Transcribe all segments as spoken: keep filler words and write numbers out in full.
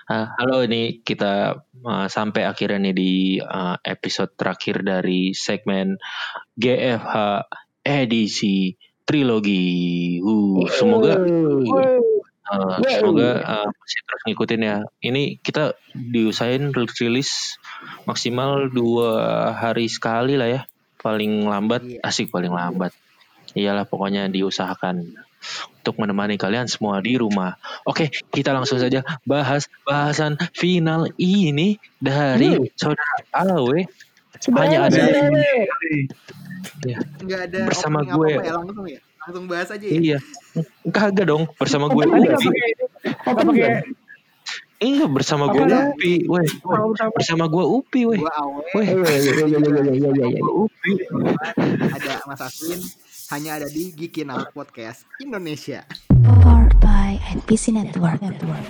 Uh, halo, ini kita uh, sampai akhirnya nih di uh, episode terakhir dari segmen G F H edisi trilogi. Uh, semoga uh, semoga uh, masih terus ngikutin ya. Ini kita diusahain rilis maksimal dua hari sekali lah ya. Paling lambat, Iya. asik paling lambat. Iyalah pokoknya diusahakan untuk menemani kalian semua di rumah. Oke, kita langsung saja bahas bahasan final ini dari Hmm. saudara Awe. Hanya ada ya. Nggak ada bersama opening gue. apa-apa ya, langsung ya. Langsung bahas aja ya. Iya. Kagak dong, bersama gue Apa Upi. Apa pakai? Iya, bersama gue Ada. Upi. Weh, bersama gue Upi, weh. Gua Awe. Oh, iya, iya, iya, iya, iya, iya, iya. Upi. Ada Mas Aswin. Hanya ada di Geekin Out Podcast Indonesia. Powered by N P C Network. Network.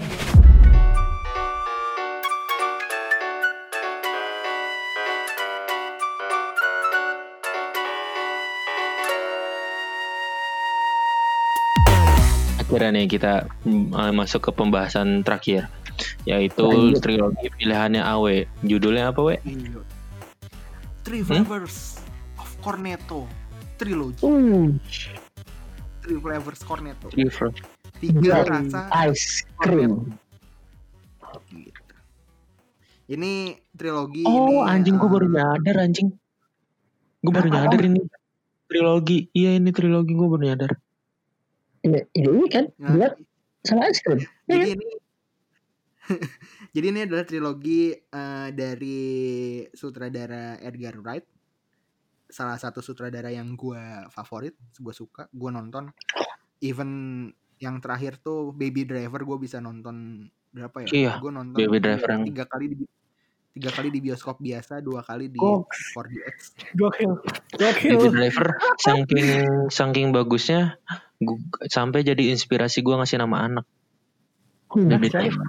Akhirnya nih kita uh, masuk ke pembahasan terakhir, yaitu Lanjut. trilogi pilihannya Awe. Judulnya apa, we? Three Flavors of Cornetto Trilogy. Hmm. Three Flavors Cornetto. Three Flavors. Tiga Dari rasa ice cream. gitu. Ini trilogi Oh, ini, anjing, gue uh, baru nyadar, anjing. Gue baru Apa? nyadar ini trilogi. Iya, ini trilogi, gue baru nyadar. Ini, ini kan nah, buat sama ice cream. jadi ini jadi ini adalah trilogi uh, dari sutradara Edgar Wright, salah satu sutradara yang gue favorit, gue suka, gue nonton. Even yang terakhir tuh Baby Driver gue bisa nonton berapa ya? Iya, Gue nonton Baby tiga, Driver yang- tiga kali di tiga kali di bioskop biasa, dua kali di Goks. four D X. Gokil. Baby Driver saking saking bagusnya gua, sampai jadi inspirasi gue ngasih nama anak. Baby Driver.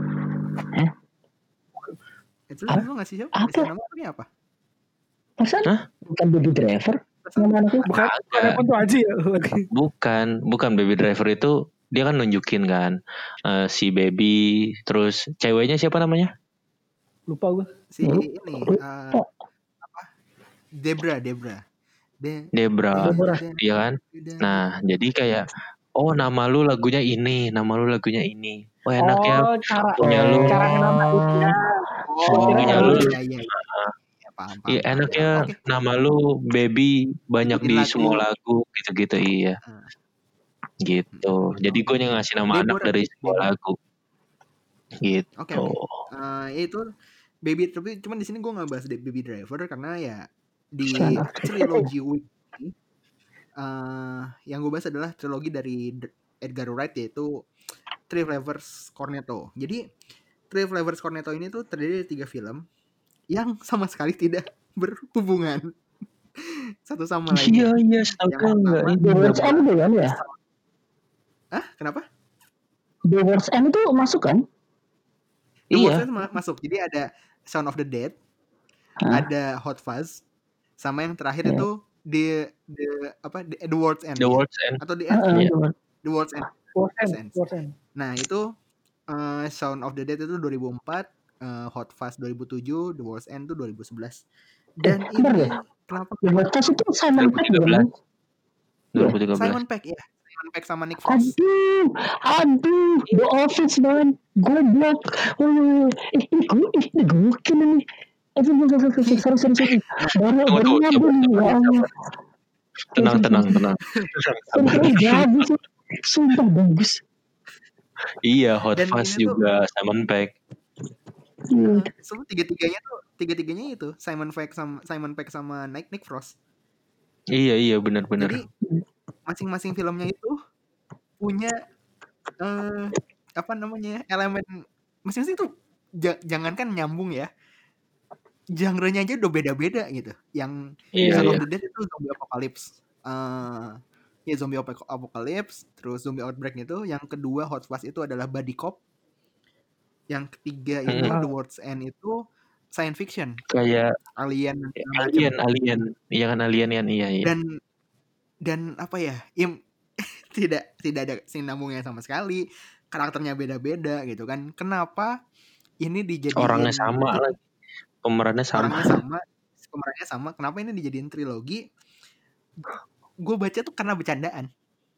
Itu Apa? lu ngasih siapa? Apa? Ngasih nama ini apa? Masa Hah? bukan baby driver? Nama anaknya? Bukan, Kagak. bukan tuh aja ya lagi. Bukan, bukan Baby Driver itu dia kan nunjukin kan eh, si baby, terus ceweknya siapa namanya? Lupa gue. Si Hmm. ini uh, apa? Debra, Debra. De- Debra, Debra. iya kan? Nah, jadi kayak oh nama lu lagunya ini, nama lu lagunya ini. Oh enak ya, Oh, cara punya lu. cara namainnya. Oh, punya iya, lu. iya, iya. Ya, paham, paham, Iya paham. enak ya, Oke. nama lu baby banyak Bikin di lagu. semua lagu gitu-gitu iya. Hmm. Gitu. Jadi gue yang ngasih nama anak Deborah. dari sebuah lagu. Gitu. Oke, oke. Uh, itu baby, tapi cuman di sini gue nggak bahas Baby Driver karena ya di Sana. trilogy week ini, uh, yang gue bahas adalah trilogi dari Edgar Wright, yaitu Three Flavors Cornetto. Jadi Three Flavors Cornetto ini tuh terdiri dari tiga film yang sama sekali tidak berhubungan satu sama Iya lain. iya, setahu Yang gue enggak pertama, ini. The World's End itu kan ya? Hah? Kenapa? The World's End itu masuk kan? The Iya. World's End ma- masuk. Jadi ada Sound of the Dead, Hah? ada Hot Fuzz, sama yang terakhir Ya. itu the the apa the, the World's End The ya? World's End. Atau the Ah, End, ah, Iya. The World- the World's End. Worsen, Sense. Worsen. Nah itu uh, Sound of the Dead itu dua ribu empat, uh, Hot Fuzz dua ribu tujuh, The World's End itu dua ribu sebelas. Dan Eh, bentar ini ya? kenapa The World's End itu Simon Pegg bukan? kan? dua ribu tiga belas. Simon Pegg ya? Simon Pegg sama Nick Frost. Aduh, aduh, The Office man, goblok. Oh, eh, ini gue, ini gokil ini. Aduh, aduh, aduh, aduh, sorry, sorry, sorry. Baru, Tunggu, baru tunggu, nyambung, coba, ya Allah. Tenang tenang tenang. Sumpah bagus, sumpah bagus. Iya, Hot Dan Fuzz ini tuh- juga Simon Pegg. Iya. Semua tiga-tiganya tuh tiga-tiganya itu Simon Pegg sama Simon Pegg sama Nick Nick Frost. Iya iya benar-benar. Jadi masing-masing filmnya itu punya eh apa namanya elemen masing-masing tuh ja- jangankan nyambung ya, genre-nya aja udah beda-beda gitu. Yang Iya Son iya. of the Dead itu zombie apocalypse, eh ya zombie apoc- apocalypse, terus zombie outbreak itu. Yang kedua Hot Fuzz itu adalah buddy cop. Yang ketiga itu Hmm. The World's End itu science fiction, Kayak alien, segala macem. alien alien. Iya kan alien kan iya iya. dan dan apa ya, im tidak tidak ada sinambungnya sama sekali. karakternya beda-beda gitu kan. Kenapa ini dijadiin Orangnya sama lagi. Pemerannya sama. Orangnya sama, pemerannya sama. Kenapa ini dijadiin trilogi? Gue baca tuh karena bercandaan.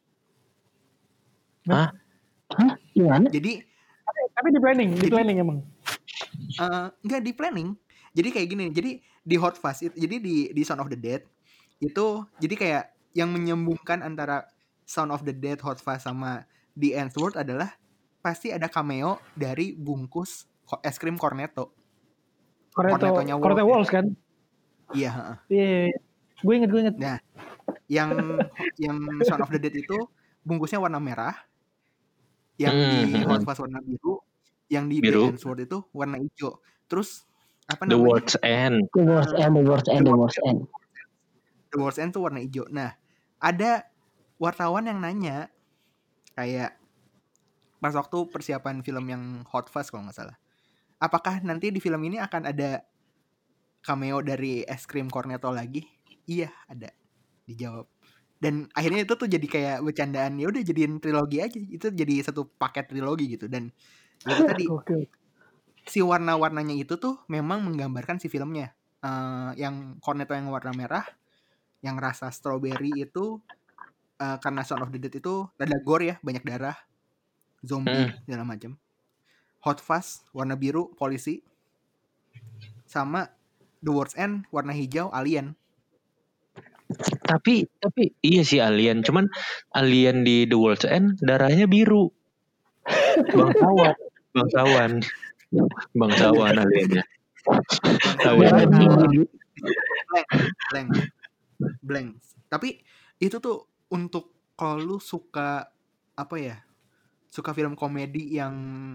Hah? Hah? Gimana? Jadi Tapi di planning, di Jadi- planning emang. eh, nggak di planning. Jadi kayak gini. Jadi di Hot Fuzz itu, jadi di di Sound of the Dead itu, jadi kayak yang menyambungkan antara Sound of the Dead, Hot Fuzz sama The Ainsworth adalah pasti ada cameo dari bungkus ko- es krim Cornetto. Cornetto, Cornettonya Wolf, Cornetto ya. Walls kan? Iya, heeh. Iya, iya. Gue inget, gue inget. Nah, yang yang Sound of the Dead itu bungkusnya warna merah, yang di Hmm, Hot Fuzz warna biru, yang di Biru. The Ainsworth itu warna hijau. Terus apa The namanya? World's End. The worst end, the worst end, the worst end. The World's End tuh warna hijau. Nah, ada wartawan yang nanya kayak pas waktu persiapan film yang Hot Fuzz kalau nggak salah. Apakah nanti di film ini akan ada cameo dari es krim Cornetto lagi? Iya, ada. Dijawab. Dan akhirnya itu tuh jadi kayak bercandaan, ya udah jadiin trilogi aja. Itu jadi satu paket trilogi gitu. Dan itu tadi Oke. si warna-warnanya itu tuh memang menggambarkan si filmnya. Eh, yang Cornetto yang warna merah, yang rasa strawberry itu eh, karena Sound of the Dead itu rada gore ya, banyak darah, zombie, Hmm. segala macam. Hot Fuzz warna biru, polisi, sama The World's End warna hijau, alien. Tapi tapi iya sih alien. Cuman alien di The World's End darahnya biru. Bangsawan. Bangsawan. Bangsawan aliennya. Bangsawan. Alien. Blank. blank, blank, blank. Tapi itu tuh untuk kalau lu suka apa ya, suka film komedi yang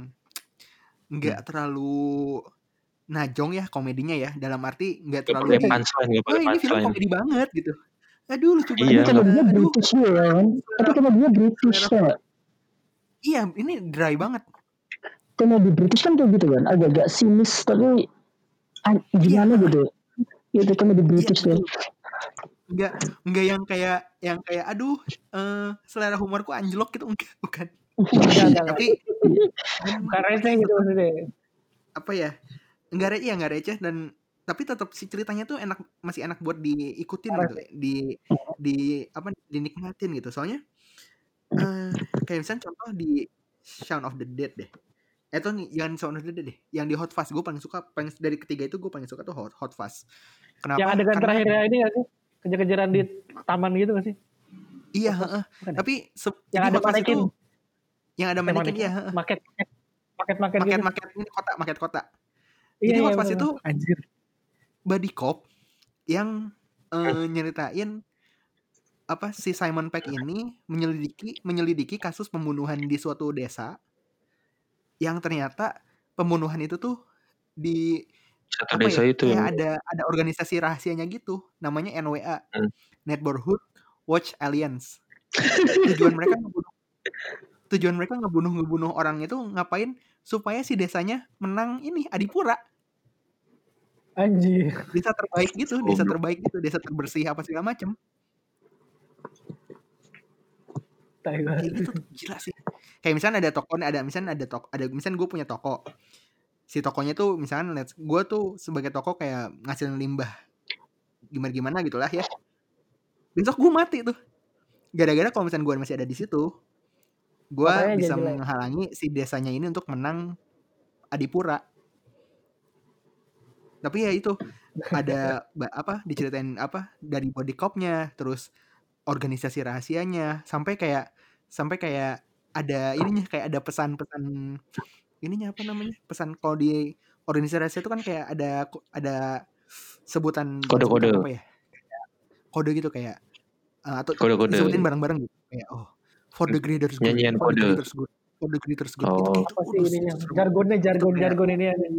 nggak terlalu najong ya komedinya ya, dalam arti nggak Gak terlalu pakai di, punchline, gak wah pakai ini film punchline. komedi banget gitu. Aduh lucu Iya, Tapi banget. kalau dia Aduh, British ya kan. Tapi kalau dia British ya. iya ini dry banget. Kalau di British kan kayak gitu kan. Agak-agak sinis tapi an- gimana Iya. gitu. Itu kan di British Iya, tuh. betul. Nggak nggak yang kayak yang kayak aduh eh, selera humorku anjlok gitu, enggak, bukan. Enggak, enggak, Tapi bukan receh gitu maksudnya. apa ya, nggak receh ya nggak receh, dan tapi tetap si ceritanya tuh enak, masih enak buat diikutin gitu, di di apa dinikmatin gitu. Soalnya eh, kayak misalnya contoh di Sound of the Dead deh, eh tuh yang Sound of the Dead deh, yang di Hot Fuzz gue paling suka, paling dari ketiga itu gue paling suka tuh Hot, Hot Fuzz. Kenapa? Yang adegan Karena terakhirnya ini gak sih? Kejar-kejaran di taman gitu gak sih? iya, heeh. Bukan ya? Tapi se- Yang jadi ada Hot Fuzz manekin. itu yang ada manekin, iya, heeh. Maket, maket, maket gitu. Maket-maket ini kota, maket kota. Iya, Jadi iya, Hot Fuzz bener. itu Anjir. buddy cop yang eh, nyeritain apa si Simon Pegg ini menyelidiki menyelidiki kasus pembunuhan di suatu desa, yang ternyata pembunuhan itu tuh di Satu apa desa ya, itu. kayak ada ada organisasi rahasianya gitu, namanya N W A, Hmm. Neighborhood Watch Alliance. Tujuan mereka ngebunuh tujuan mereka ngebunuh ngebunuh orang itu ngapain? Supaya si desanya menang ini Adipura, Anjir. desa terbaik gitu, desa Goblok. terbaik gitu, desa terbersih apa segala macem. Tai banget. Kayak gitu tuh, gila sih. Kayak misalnya ada toko, ada misalnya ada toko, ada misalnya gue punya toko. Si tokonya tuh misalnya let's gue tuh sebagai toko kayak ngasilin limbah gimana-gimana gitulah ya. Besok gue mati tuh. Gara-gara kalau misalnya gue masih ada di situ, gue Makanya bisa jadi jelek. menghalangi si desanya ini untuk menang Adipura. Tapi ya itu ada ba- apa diceritain apa dari body cop-nya, terus organisasi rahasianya, sampai kayak sampai kayak ada ininya, kayak ada pesan-pesan ininya apa namanya, pesan kalau di organisasi rahasia itu kan kayak ada ada sebutan, bukan Kode-kode. sebutan apa ya, kayak kode gitu, kayak uh, atau Kode-kode. disebutin bareng-bareng gitu, kayak oh for the greater good, Nyanyian for the kode. greater good, for the greater good, Oh. gitu gitu. Apa sih Waduh, ininya? seru. Jargonnya, jargon, kayak- jargon ini ada.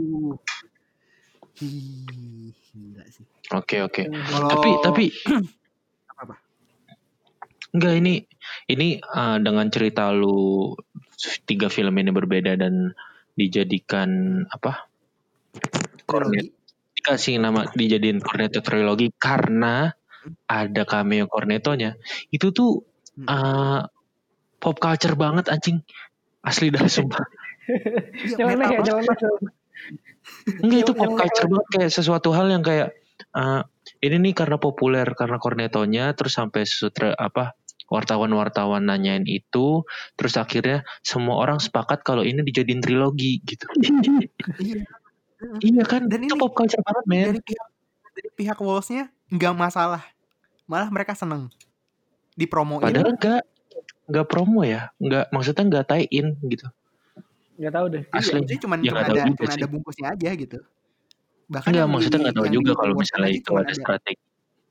Ih, gila sih. Oke oke. Kalau Tapi tapi apa? enggak, ini ini uh, dengan cerita lu tiga film ini berbeda dan dijadikan apa? Cornet. Trilogi. Dikasih nama dijadiin Cornetto trilogi karena ada cameo Cornettonya. Itu tuh Hmm. uh, pop culture banget anjing. Asli dah sumpah. Iya, Nyeleneh ya, meta nyeleneh. Enggak, itu Yang- pop yang- culture banget, kayak sesuatu hal yang kayak eh, ini nih karena populer karena kornetonya, terus sampai sutra apa wartawan-wartawan nanyain itu, terus akhirnya semua orang sepakat kalau ini dijadiin trilogi gitu. Iya. Iya kan, Dan itu ini pop culture banget men. dari pihak dari pihak Wolves-nya nggak masalah, malah mereka seneng dipromoin. Padahal enggak enggak promo ya, enggak, maksudnya enggak tie in gitu. Nggak tahu deh. Iya, Asli. maksudnya cuman Ya cuman nggak tahu ada juga cuman sih. ada bungkusnya aja gitu. Bahkan Enggak, yang di maksudnya enggak tahu yang juga di kalau Wolves misalnya aja itu cuman ada ada, strategi.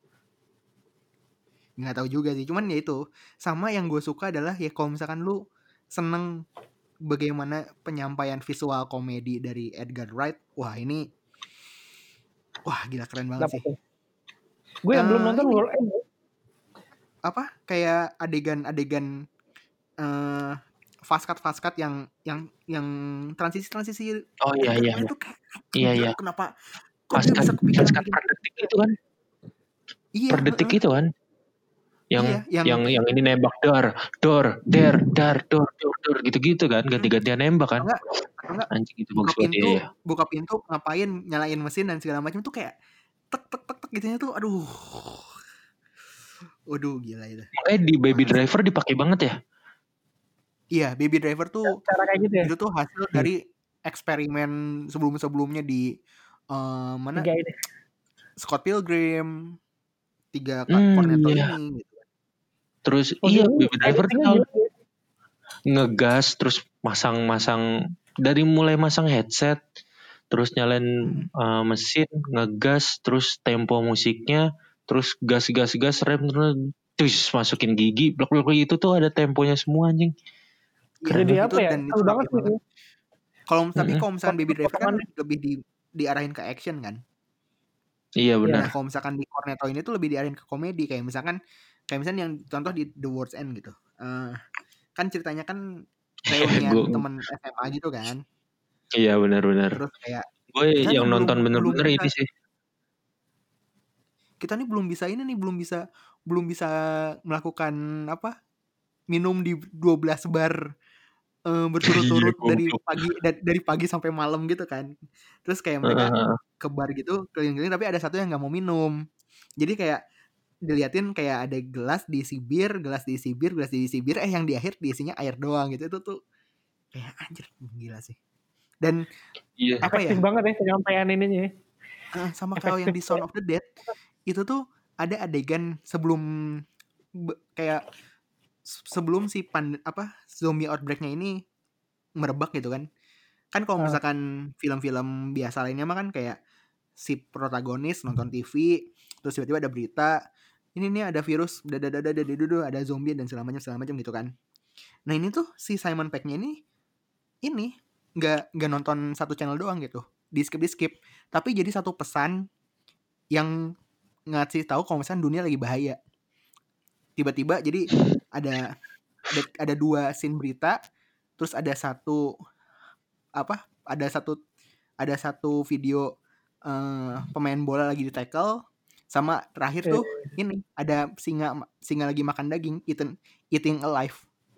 nggak tahu juga sih. Cuman ya itu, sama yang gue suka adalah ya kalau misalkan lu seneng bagaimana penyampaian visual komedi dari Edgar Wright, wah ini wah gila keren banget Dapat sih. tuh. Gue yang Eh, belum nonton ini. World End. Apa kayak adegan-adegan eh fast cut fast cut yang yang yang transisi-transisi Oh iya Edgar iya. Wright tuh kayak Iya gila, iya. kenapa kok Pas dia kan bisa kepikiran pas kan bikin per detik itu kan, iya per detik heeh. itu kan. Yang Iya, yang- yang yang ini nembak dor, dor, der, dar, dor, dor, dor gitu-gitu kan, ganti-gantian nembak kan. Atau enggak atau enggak Anjing itu buka bagus banget pintu ya. buka pintu ngapain nyalain mesin dan segala macam tuh kayak tek tek tek tek gitunya tuh aduh waduh gila itu. Makanya di Baby Driver dipakai banget ya. Iya, Baby Driver tuh Cara kayak gitu ya. itu tuh hasil dari eksperimen sebelum-sebelumnya di eh, mana Tiga ini. Scott Pilgrim, tiga Hmm, Cornetto iya. ini gitu. Terus Oh, iya jadi Baby Driver tuh editingnya kalau gila ya. ngegas terus masang-masang dari mulai masang headset, terus nyalain uh, mesin, ngegas, terus tempo musiknya, terus gas gas gas rem, terus masukin gigi, blok-blok itu tuh ada temponya semua anjing. Iya, Jadi itu apa ya? dan itu Seru banget rapi sih. banget. Kalau tapi Mm-mm. kalau misalkan Baby Driver kan Potongan- lebih di diarahin ke action kan. Iya benar. Nah, kalau misalkan di Cornetto ini tuh lebih diarahin ke komedi, kayak misalkan kayak misalkan yang contoh di The World's End gitu. Eh, kan ceritanya kan reunian Gua- temen S M A gitu kan. Iya benar-benar. Terus kayak Gue kita yang nih nonton belum- bener-bener belum ini bisa- sih. kita nih belum bisa ini nih belum bisa belum bisa melakukan apa? Minum di dua belas bar eh, berturut-turut Iya, dari goblok. pagi da- dari pagi sampai malam gitu kan. Terus kayak mereka Heeh. ke bar gitu keliling-keliling tapi ada satu yang nggak mau minum. Jadi kayak diliatin kayak ada gelas diisi bir, gelas diisi bir, gelas diisi bir, eh yang di akhir diisinya air doang gitu. Itu tuh kayak anjir gila sih. Dan Iya. apa ya? Efektif banget ya penyampaian ininya ya. eh, sama kalau yang di Sound of the Dead itu tuh ada adegan sebelum be- kayak se- sebelum si pan apa zombie outbreak-nya ini merebak gitu kan. Kan kalau Ah. misalkan film-film biasa lainnya mah kan kayak si protagonis nonton T V terus tiba-tiba ada berita ini nih ada virus dadadadada ada zombie dan segala macam segala macam gitu kan. Nah ini tuh si Simon Pegg-nya ini ini nggak nggak nonton satu channel doang gitu, di skip di skip, tapi jadi satu pesan yang ngasih tahu kalau misalnya dunia lagi bahaya. Tiba-tiba jadi ada ada, ada dua scene berita, terus ada satu apa? Ada satu ada satu video eh, pemain bola lagi di tackle, sama terakhir tuh ini ada singa singa lagi makan daging, eating eating alive.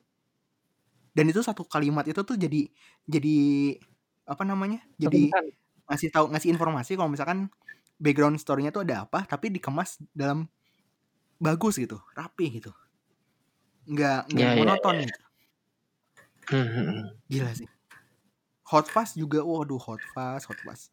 Dan itu satu kalimat itu tuh jadi jadi apa namanya? Jadi Pesan. ngasih tahu ngasih informasi kalau misalkan background story-nya tuh ada apa, tapi dikemas dalam bagus gitu, rapi gitu, nggak nggak Ya, ya, monoton gitu. Hmm. Gila sih. Hot Fuzz juga, waduh Hot Fuzz, Hot Fuzz.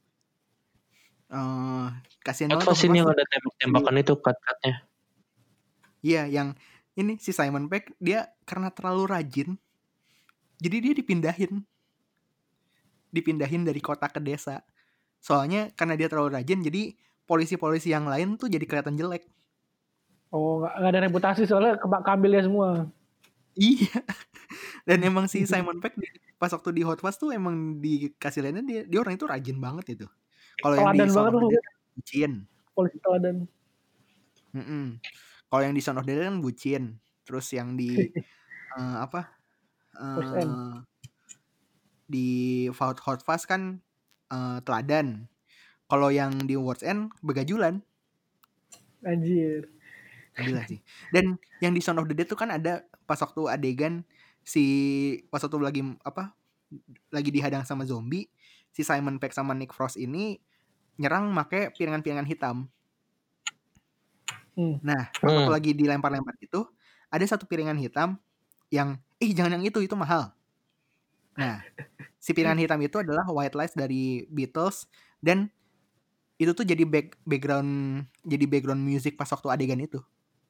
Eh, kasihan banget Apa tuh sih Hot yang Fuzz. ada tembak-tembakan itu cut-cutnya? Iya, yang ini si Simon Pegg dia karena terlalu rajin, jadi dia dipindahin, dipindahin dari kota ke desa. Soalnya karena dia terlalu rajin, jadi polisi-polisi yang lain tuh jadi kelihatan jelek. Oh, nggak nggak ada reputasi soalnya kebak kambil ya semua. Iya. Dan emang si Simon Pegg di, pas waktu di Hot Fuzz tuh emang dikasih lihatnya dia, dia orang itu rajin banget itu. Kalau yang di Teladan Sound banget of the lu. Dead bucin. Polisi teladan. Mm-mm. Kalau yang di Sound of the Dead kan bucin. Terus yang di eh, apa? World's Eh, End. di Hot Hot Fuzz kan eh, teladan. Kalau yang di World's End begajulan. Anjir. Gila sih. Dan yang di Sound of the Dead tuh kan ada pas waktu adegan si pas waktu lagi apa lagi dihadang sama zombie, si Simon Pegg sama Nick Frost ini nyerang make piringan-piringan hitam. Hmm. Nah, pas waktu Hmm. lagi dilempar-lempar itu ada satu piringan hitam yang eh jangan yang itu, itu mahal. Nah, si piringan hitam itu adalah White Lies dari Beatles dan itu tuh jadi back, background jadi background music pas waktu adegan itu.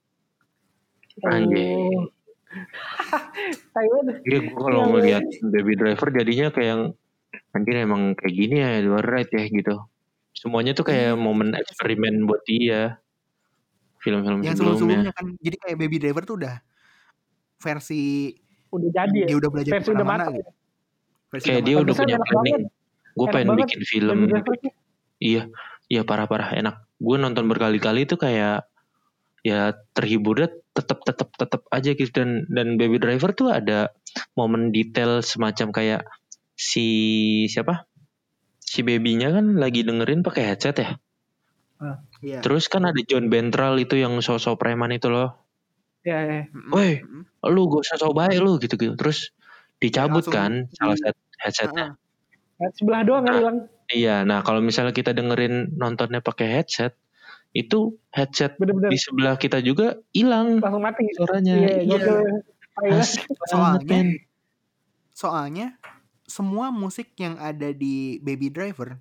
Anjay. Oh. Taiwan. Iya, gue kalau ngeliat Baby Driver jadinya kayak yang anjir emang kayak gini ya Edward Wright ya gitu. Semuanya tuh kayak Iya, momen iya. eksperimen buat dia. Film-film Yang sebelumnya. sebelum-sebelumnya kan jadi kayak Baby Driver tuh udah versi Udah jadi ya. dia udah belajar Versi udah kemana-mana matang. gitu. Versi Kayak dia matang. udah Pantesan punya enak planning. banget. Gue Enak pengen banget bikin film. Baby Driver tuh. Iya, iya parah-parah enak. Gue nonton berkali-kali tuh kayak ya terhiburnya tetap tetap tetap aja gitu dan dan Baby Driver tuh ada momen detail semacam kayak si siapa? Si babynya kan lagi dengerin pakai headset ya. Iya. Terus kan ada John Bentral itu yang sosok preman itu loh. Ya, ya. Mm-mm, Woi, mm-mm. lu gak usah sok baik lu gitu-gitu. Terus dicabut langsung kan di- salah satu headsetnya. Heeh. Nah, sebelah doang kan Nah. hilang. Iya, nah kalau misalnya kita dengerin nontonnya pakai headset, itu headset Bener-bener di sebelah kita juga hilang langsung mati. suaranya. Iya, Iya, gokil. Thailand. asik banget Soalnya- men. Soalnya semua musik yang ada di Baby Driver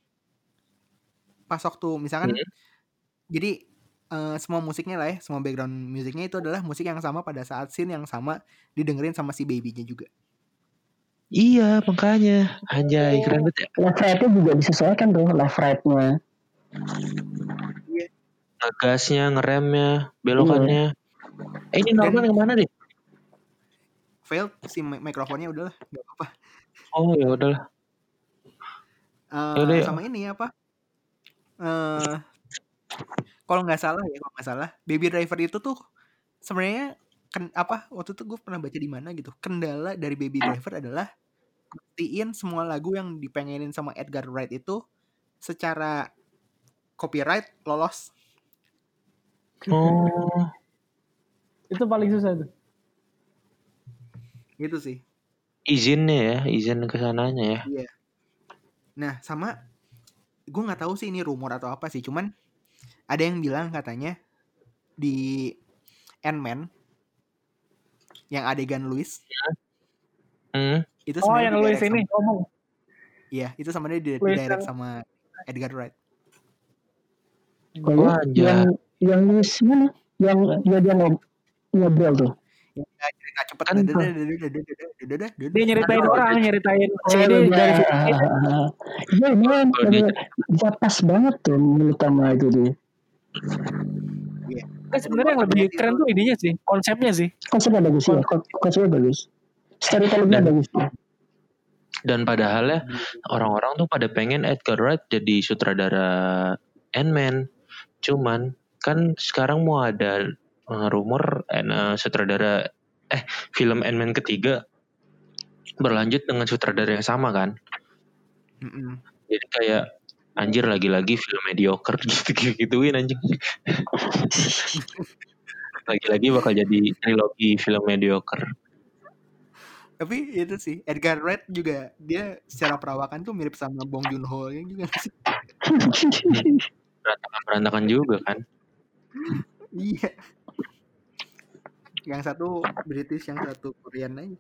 pas waktu misalkan Hmm. jadi eh, semua musiknya lah ya, semua background musiknya itu adalah musik yang sama pada saat scene yang sama didengerin sama si babynya juga. Iya, makanya anjay keren banget ya. Left right-nya juga disesuaikan tuh, left right-nya. Ngegasnya, ngeremnya, belokannya. Eh ini Norman yang mana deh? Failed si mi- mikrofonnya udahlah, nggak apa-apa. Oh ya udahlah. Eh, Yaudah, yuk. sama ini apa? Eh kalau nggak salah ya, kalau nggak salah, Baby Driver itu tuh sebenarnya kan apa? Waktu itu gue pernah baca di mana gitu. Kendala dari Baby Driver adalah mastiin semua lagu yang dipengenin sama Edgar Wright itu secara copyright lolos. Oh, Itu paling susah tuh. Gitu sih. izinnya ya, izin kesananya ya. Iya. Nah, sama gue nggak tahu sih ini rumor atau apa sih, cuman ada yang bilang katanya di Ant-Man yang adegan Louis Hmm. itu Oh, sebenarnya yang di Louis direct ini sama- ngomong. Iya, itu sama dia di, Louis direct yang- sama Edgar Wright. Oh, Wah, ya, yang anjay. yang Luis mana? Yang dia dia ngob- ngobrol tuh. Yang cerita cepet. Kan dadah, dadah, dadah, dadah, dadah, dadah, dadah. Dia nyeritain Oh, orang, dia- nyeritain Oh, si ini iya. dari film ini. Iya, emang Kalau dia- bisa pas banget tuh menurut sama itu dia. Nah, sebenarnya yang lebih keren tuh idenya sih, konsepnya sih. Konsepnya bagus ya, kon- konsepnya bagus. Storytelling-nya Dan- bagus ya. Dan padahal ya orang-orang tuh pada pengen Edgar Wright jadi sutradara Ant-Man. Cuman kan sekarang mau ada uh, rumor uh, sutradara eh film Ant-Man ketiga berlanjut dengan sutradara yang sama kan. Mm-mm. Jadi kayak anjir lagi-lagi film mediocre gitu-gituin anjing. Lagi-lagi bakal jadi trilogi film mediocre. Tapi itu sih Edgar Wright juga dia secara perawakan tuh mirip sama Bong Joon-ho yang juga nggak sih. Berantakan-berantakan juga kan. Iya. Yang satu British, yang satu Korean aja.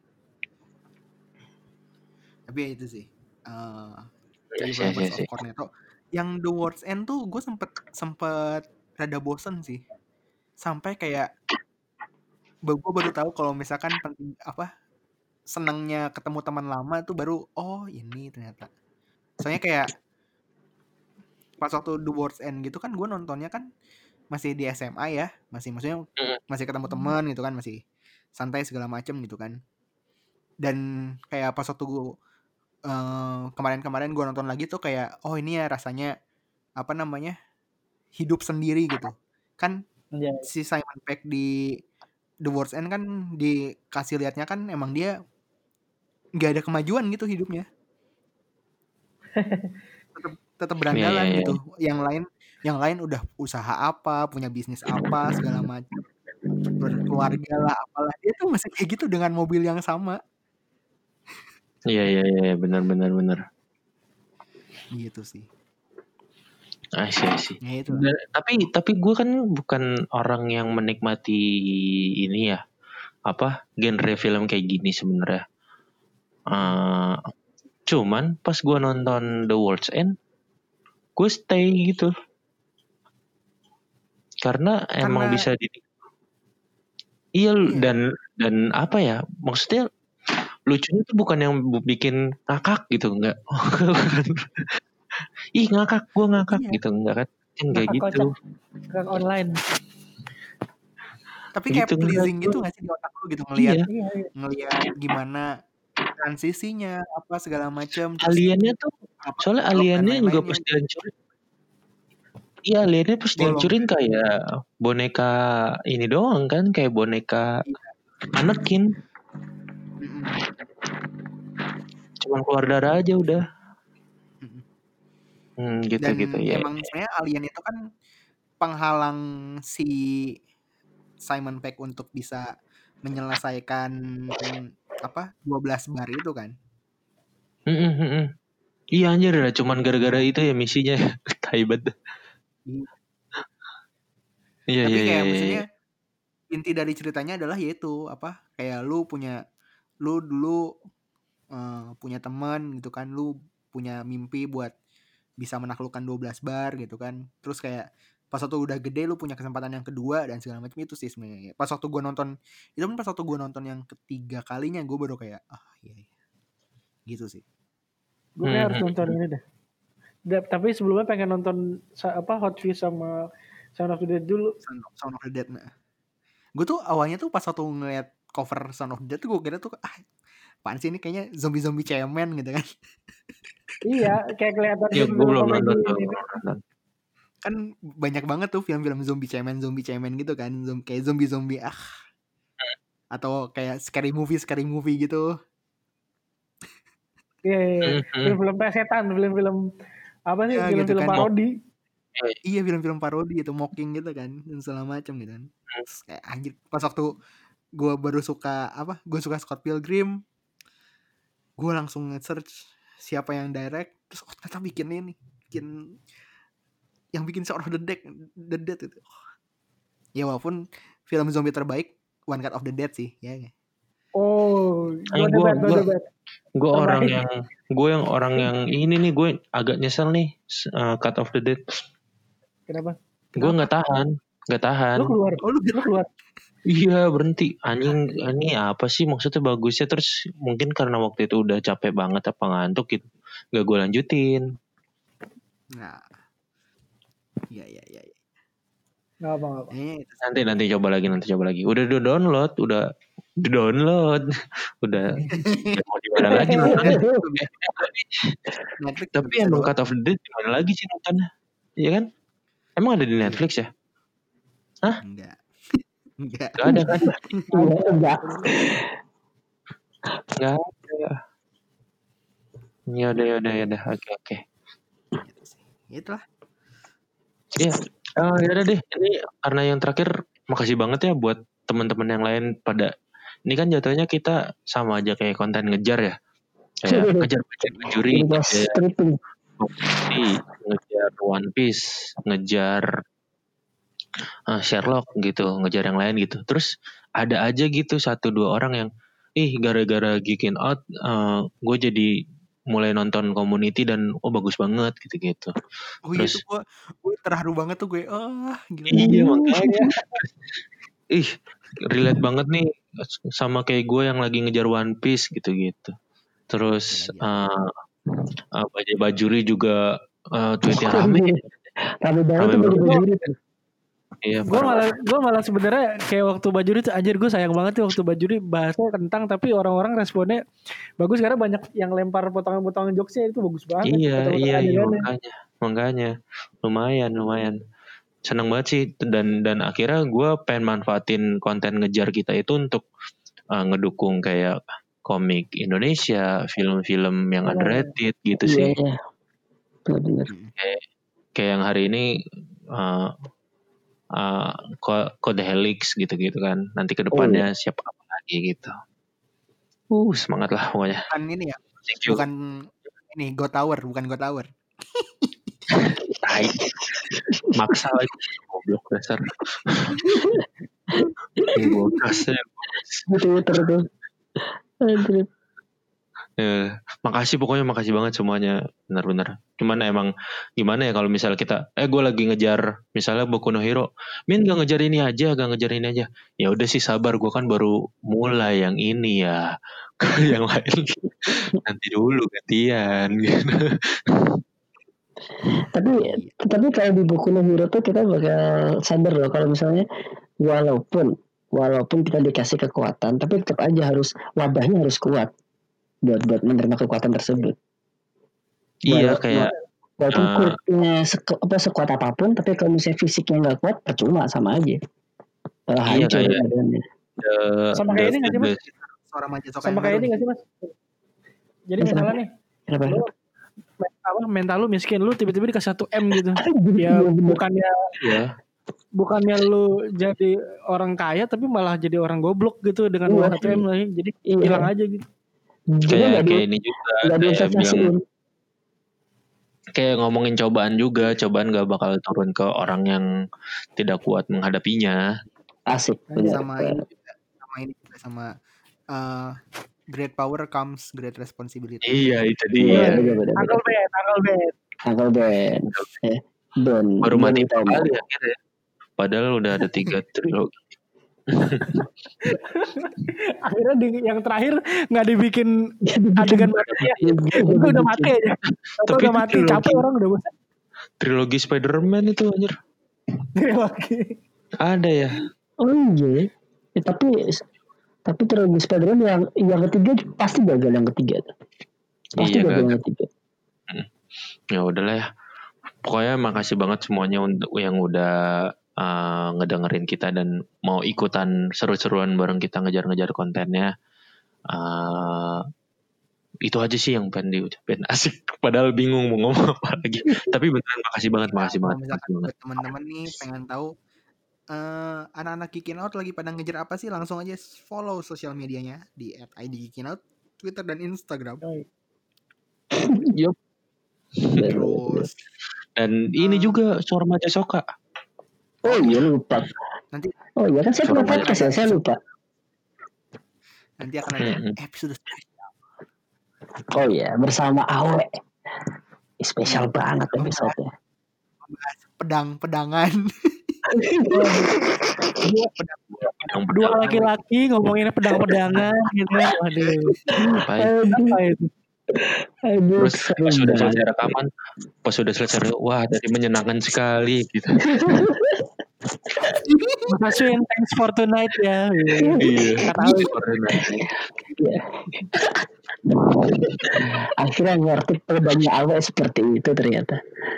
Tapi ya itu sih. Eh Yes, The yes, Lovers yes, of yes. Cornetto. Yang The World's End tuh gue sempet sempet rada bosen sih. Sampai kayak gue baru tahu kalau misalkan penting apa senangnya ketemu teman lama tuh baru oh ini ternyata. Soalnya kayak pas waktu The World's End gitu kan gue nontonnya kan masih di S M A ya, masih maksudnya Mm. masih ketemu teman gitu kan, masih santai segala macem gitu kan. Dan kayak pas waktu gue eh, kemarin-kemarin gue nonton lagi tuh kayak oh ini ya rasanya apa namanya hidup sendiri gitu kan. Iya. Si Simon Pegg di The World's End kan dikasih liatnya kan emang dia nggak ada kemajuan gitu hidupnya, tetap tetap berandalan Iya, iya, iya. gitu. Yang lain yang lain udah usaha apa, punya bisnis apa segala macam, berkeluarga lah apalah, dia tuh masih kayak gitu dengan mobil yang sama. Iya iya iya benar benar benar. Gitu sih. Ah sih sih. Ya itu. Dan, tapi tapi gue kan bukan orang yang menikmati ini ya apa genre film kayak gini sebenarnya. Uh, cuman pas gue nonton The World's End, gue stay gitu. Karena, Karena emang bisa di. Iya, iya dan dan apa ya maksudnya lucunya tuh bukan yang bikin ngakak gitu enggak. Ih ngakak, gue ngakak iya. gitu enggak kan? Enggak gitu. Ngakak online. Tapi kayak gitu, pleasing gitu nggak sih di otak lu gitu ngelihat iya. ngelihat gimana transisinya apa segala macam. Aliennya tuh soalnya aliennya juga pas dihancurin. Iya aliennya pas dihancurin kayak boneka ini doang kan kayak boneka iya. Anakin. Cuman keluar darah aja udah. Hmm, gitu dan gitu ya. Emang sebenarnya alien itu kan penghalang si Simon Pegg untuk bisa menyelesaikan apa dua belas bar itu kan. Mm -mm. Iya anjir lah cuman gara-gara itu ya misinya taibat. Iya Tapi iya kayak iya. maksudnya inti dari ceritanya adalah yaitu apa kayak lu punya lu dulu uh, punya teman gitu kan, lu punya mimpi buat bisa menaklukkan dua belas bar gitu kan. Terus kayak pas waktu udah gede lu punya kesempatan yang kedua dan segala macam itu sih sebenarnya. Pas waktu gue nonton itu pun pas waktu gue nonton yang ketiga kalinya gue baru kayak ah iya, iya. Gitu sih. Gue kayak hmm. harus nonton ini deh. Da, tapi sebelumnya pengen nonton apa Hot Fuzz sama Sound of the Dead dulu. Sound, Sound of the Dead. Nah. Gue tuh awalnya tuh pas waktu ngeliat cover Sound of the Dead tuh gue kira tuh ah apaan sih ini kayaknya zombie-zombie cemen gitu kan. Iya, kayak kelihatan ya, gue belum nonton. Kan banyak banget tuh film-film zombie cemen, zombie cemen gitu kan, Zom- kayak zombie-zombie ah. Atau kayak scary movie, scary movie gitu. Iya, iya, iya. Film-film setan, film-film apa sih? Ya, film-film gitu kan. Parodi. Iya, film-film parodi itu mocking gitu kan, dan segala macam gitu kan. Terus kayak anjir, pas waktu gue baru suka apa? Gue suka Scott Pilgrim. Gue langsung nge-search siapa yang direct, terus oh, ternyata bikin ini, bikin yang bikin Shaun of the Dead, the Dead itu. Ya walaupun film zombie terbaik One Cut of the Dead sih, ya. Oh, gue gue orang yang gue yang orang yang ini nih gue agak nyesel nih uh, Cut of the Dead. Kenapa? Gue nggak tahan, nggak tahan. Lu keluar, oh, lu keluar. Iya berhenti anjing ini apa sih maksudnya bagusnya terus mungkin karena waktu itu udah capek banget apa ngantuk gitu gak gue lanjutin. Nah, iya iya iya. Nggak apa nggak apa. Eh, nanti nanti coba lagi nanti coba lagi. Udah udah download udah download udah ya mau dimana lagi nontonnya. Tapi emang Cut of the Dead dimana lagi sih nontonnya? Iya kan? Emang ada di Netflix ya? Hah? Enggak. Enggak. Enggak ada kan? Enggak. Enggak ada. Ya udah ya udah ya udah. Oke oke. Itulah. Iya. Uh, ya udah deh. Ini karena yang terakhir makasih banget ya buat teman-teman yang lain pada ini kan jatuhnya kita sama aja kayak konten ngejar ya. Kayak ngejar pencuri, ngejar, ngejar One Piece, ngejar Uh, Sherlock gitu, ngejar yang lain gitu. Terus ada aja gitu satu dua orang yang ih gara-gara Geekin Out uh, gue jadi mulai nonton Community dan oh bagus banget gitu-gitu. Oh iya tuh gue, gue terharu banget tuh gue. Oh gila. Iya makanya. Ih relate banget nih sama kayak gue yang lagi ngejar One Piece gitu-gitu. Terus ya, ya. Uh, uh, Bajaj Bajuri juga uh, tweetnya rame. Rame banget tuh Bajuri tuh. Iya, gue malah gue malah sebenarnya kayak waktu Bajuri tuh anjir gue sayang banget tuh waktu Bajuri bahasnya kentang tapi orang-orang responnya bagus karena banyak yang lempar potongan-potongan jokesnya itu bagus banget. Iya iya, iya makanya makanya lumayan lumayan seneng banget sih dan dan akhirnya gue pengen manfaatin konten ngejar kita itu untuk uh, ngedukung kayak komik Indonesia, film-film yang oh, underrated gitu iya, sih. Iya. Benar-benar. Kayak, kayak yang hari ini. Uh, Uh, Code Helix gitu-gitu kan nanti kedepannya hmm. siapa apa lagi gitu. Uh, semangat lah pokoknya. Bukan ini ya. Thank you. Bukan ini Go Tower, bukan Go Tower. Tai. Maksa lagi. Goblok dasar. Bokasnya. Twitter tuh. Anjir. Eh, makasih pokoknya makasih banget semuanya benar-benar. Cuman emang gimana ya kalau misal kita eh gue lagi ngejar misalnya Boku no Hero, Min gak ngejar ini aja, gak ngejar ini aja. Ya udah sih sabar, gue kan baru mulai yang ini ya. Yang lain nanti dulu gantian gitu. Tapi tapi kalau di Boku no Hero tuh kita bakal sadar loh kalau misalnya walaupun walaupun kita dikasih kekuatan, tapi tetap aja harus wadahnya harus kuat buat buat menerima kekuatan tersebut. Iya Walau- kayak Walaupun eh, kulitnya seku, apa sekuat apapun, tapi kalau misalnya fisiknya nggak kuat, percuma sama aja. Malah Iya, hancur kayak- badannya. the- Sama kayak the- ini nggak sih, Mas? the- Suara Majisoka Sama yang kayak baru ini nih. gak sih Mas? Jadi Kenapa? misalnya nih, Kenapa? lu me- apa mental lu miskin, lu tiba-tiba dikasih satu M gitu. Iya, Ya bener. bukannya ya. bukannya lu jadi orang kaya tapi malah jadi orang goblok gitu dengan Iya. uang satu M lagi. Jadi Iya. hilang aja gitu. Jadi Kayak nggak di kayak ini juga nggak kayak bilang diinvestasiin. kayak ngomongin cobaan juga, cobaan gak bakal turun ke orang yang tidak kuat menghadapinya. Asik. Bener. Sama ini juga, sama ini juga sama uh, great power comes great responsibility. Iya itu Iya, dia. bener, bener, Tanggal bener. Ben, tanggal Ben. Uncle Ben. Eh, Ben. Baru Ben mati utama. kali akhirnya. Padahal udah ada tiga trilogi. Akhirnya di, yang terakhir nggak dibikin adegan mati ya. Itu udah mati aja. Atau Tapi udah itu mati, trilogi. capek orang udah bosan. Trilogi Spider-Man itu anjir. Trilogi. Ada ya. Oh iya. Eh, tapi tapi trilogi Spider-Man yang yang ketiga pasti gagal yang ketiga. Pasti Iya, gagal yang gagal. ketiga. Ya udahlah ya. Pokoknya makasih banget semuanya untuk yang udah uh, ngedengerin kita dan mau ikutan seru-seruan bareng kita ngejar-ngejar kontennya. Uh, itu aja sih yang pengen diucapin. Asik. Padahal bingung mau ngomong apa lagi. Tapi beneran makasih banget, makasih Kalau banget. misalkan Makasih banget. buat teman-teman nih pengen tahu eh anak-anak Geekin Out lagi pada ngejar apa sih, langsung aja follow sosial medianya di at i d geekin out, Twitter dan Instagram. Yup. Terus Dan ini juga suara Majisoka. Oh iya lupa. nanti Oh iya kan saya Suara pernah podcast ya, saya lupa. nanti akan ada Mm-mm. episode spesial. Oh iya bersama Awe. Spesial banget episode-nya. Membahas pedang-pedangan. Yang Dua benar. laki-laki ngomongin pedang-pedangan gitu kan. Waduh. Baik. Apa itu? Aduh, Terus seru pas sudah selesai banget. rekaman, pas sudah selesai, wah tadi menyenangkan sekali gitu. Makasih and thanks for tonight ya. Iya. Nggak tahu. Iya. Akhirnya ngerti pedangnya Awe seperti itu ternyata.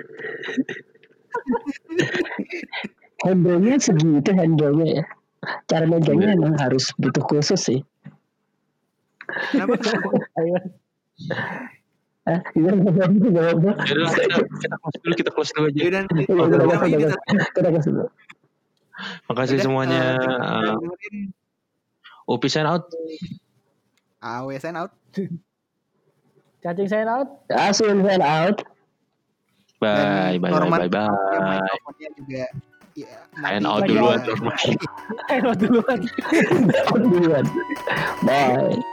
Handle-nya segitu handle-nya ya. Cara megangnya emang harus butuh khusus sih. Kenapa? Ayo. Ah, iya nggak apa-apa, nggak apa-apa. Yaudah, kita, kita close dulu, kita close dulu aja. Yaudah, nanti Iya, udah, udah, udah, udah, udah, kita- Kita kasih dulu. Makasih udah, semuanya. eh, Uh, dengerin Upi sign out. A W sign out. Cacing sign out. Asun fan out. Bye, bye, bye, Norman bye, bye. yang mikrofonnya juga ya, Sign mati out juga. duluan, Norman. Sign out duluan. Duluan. Bye.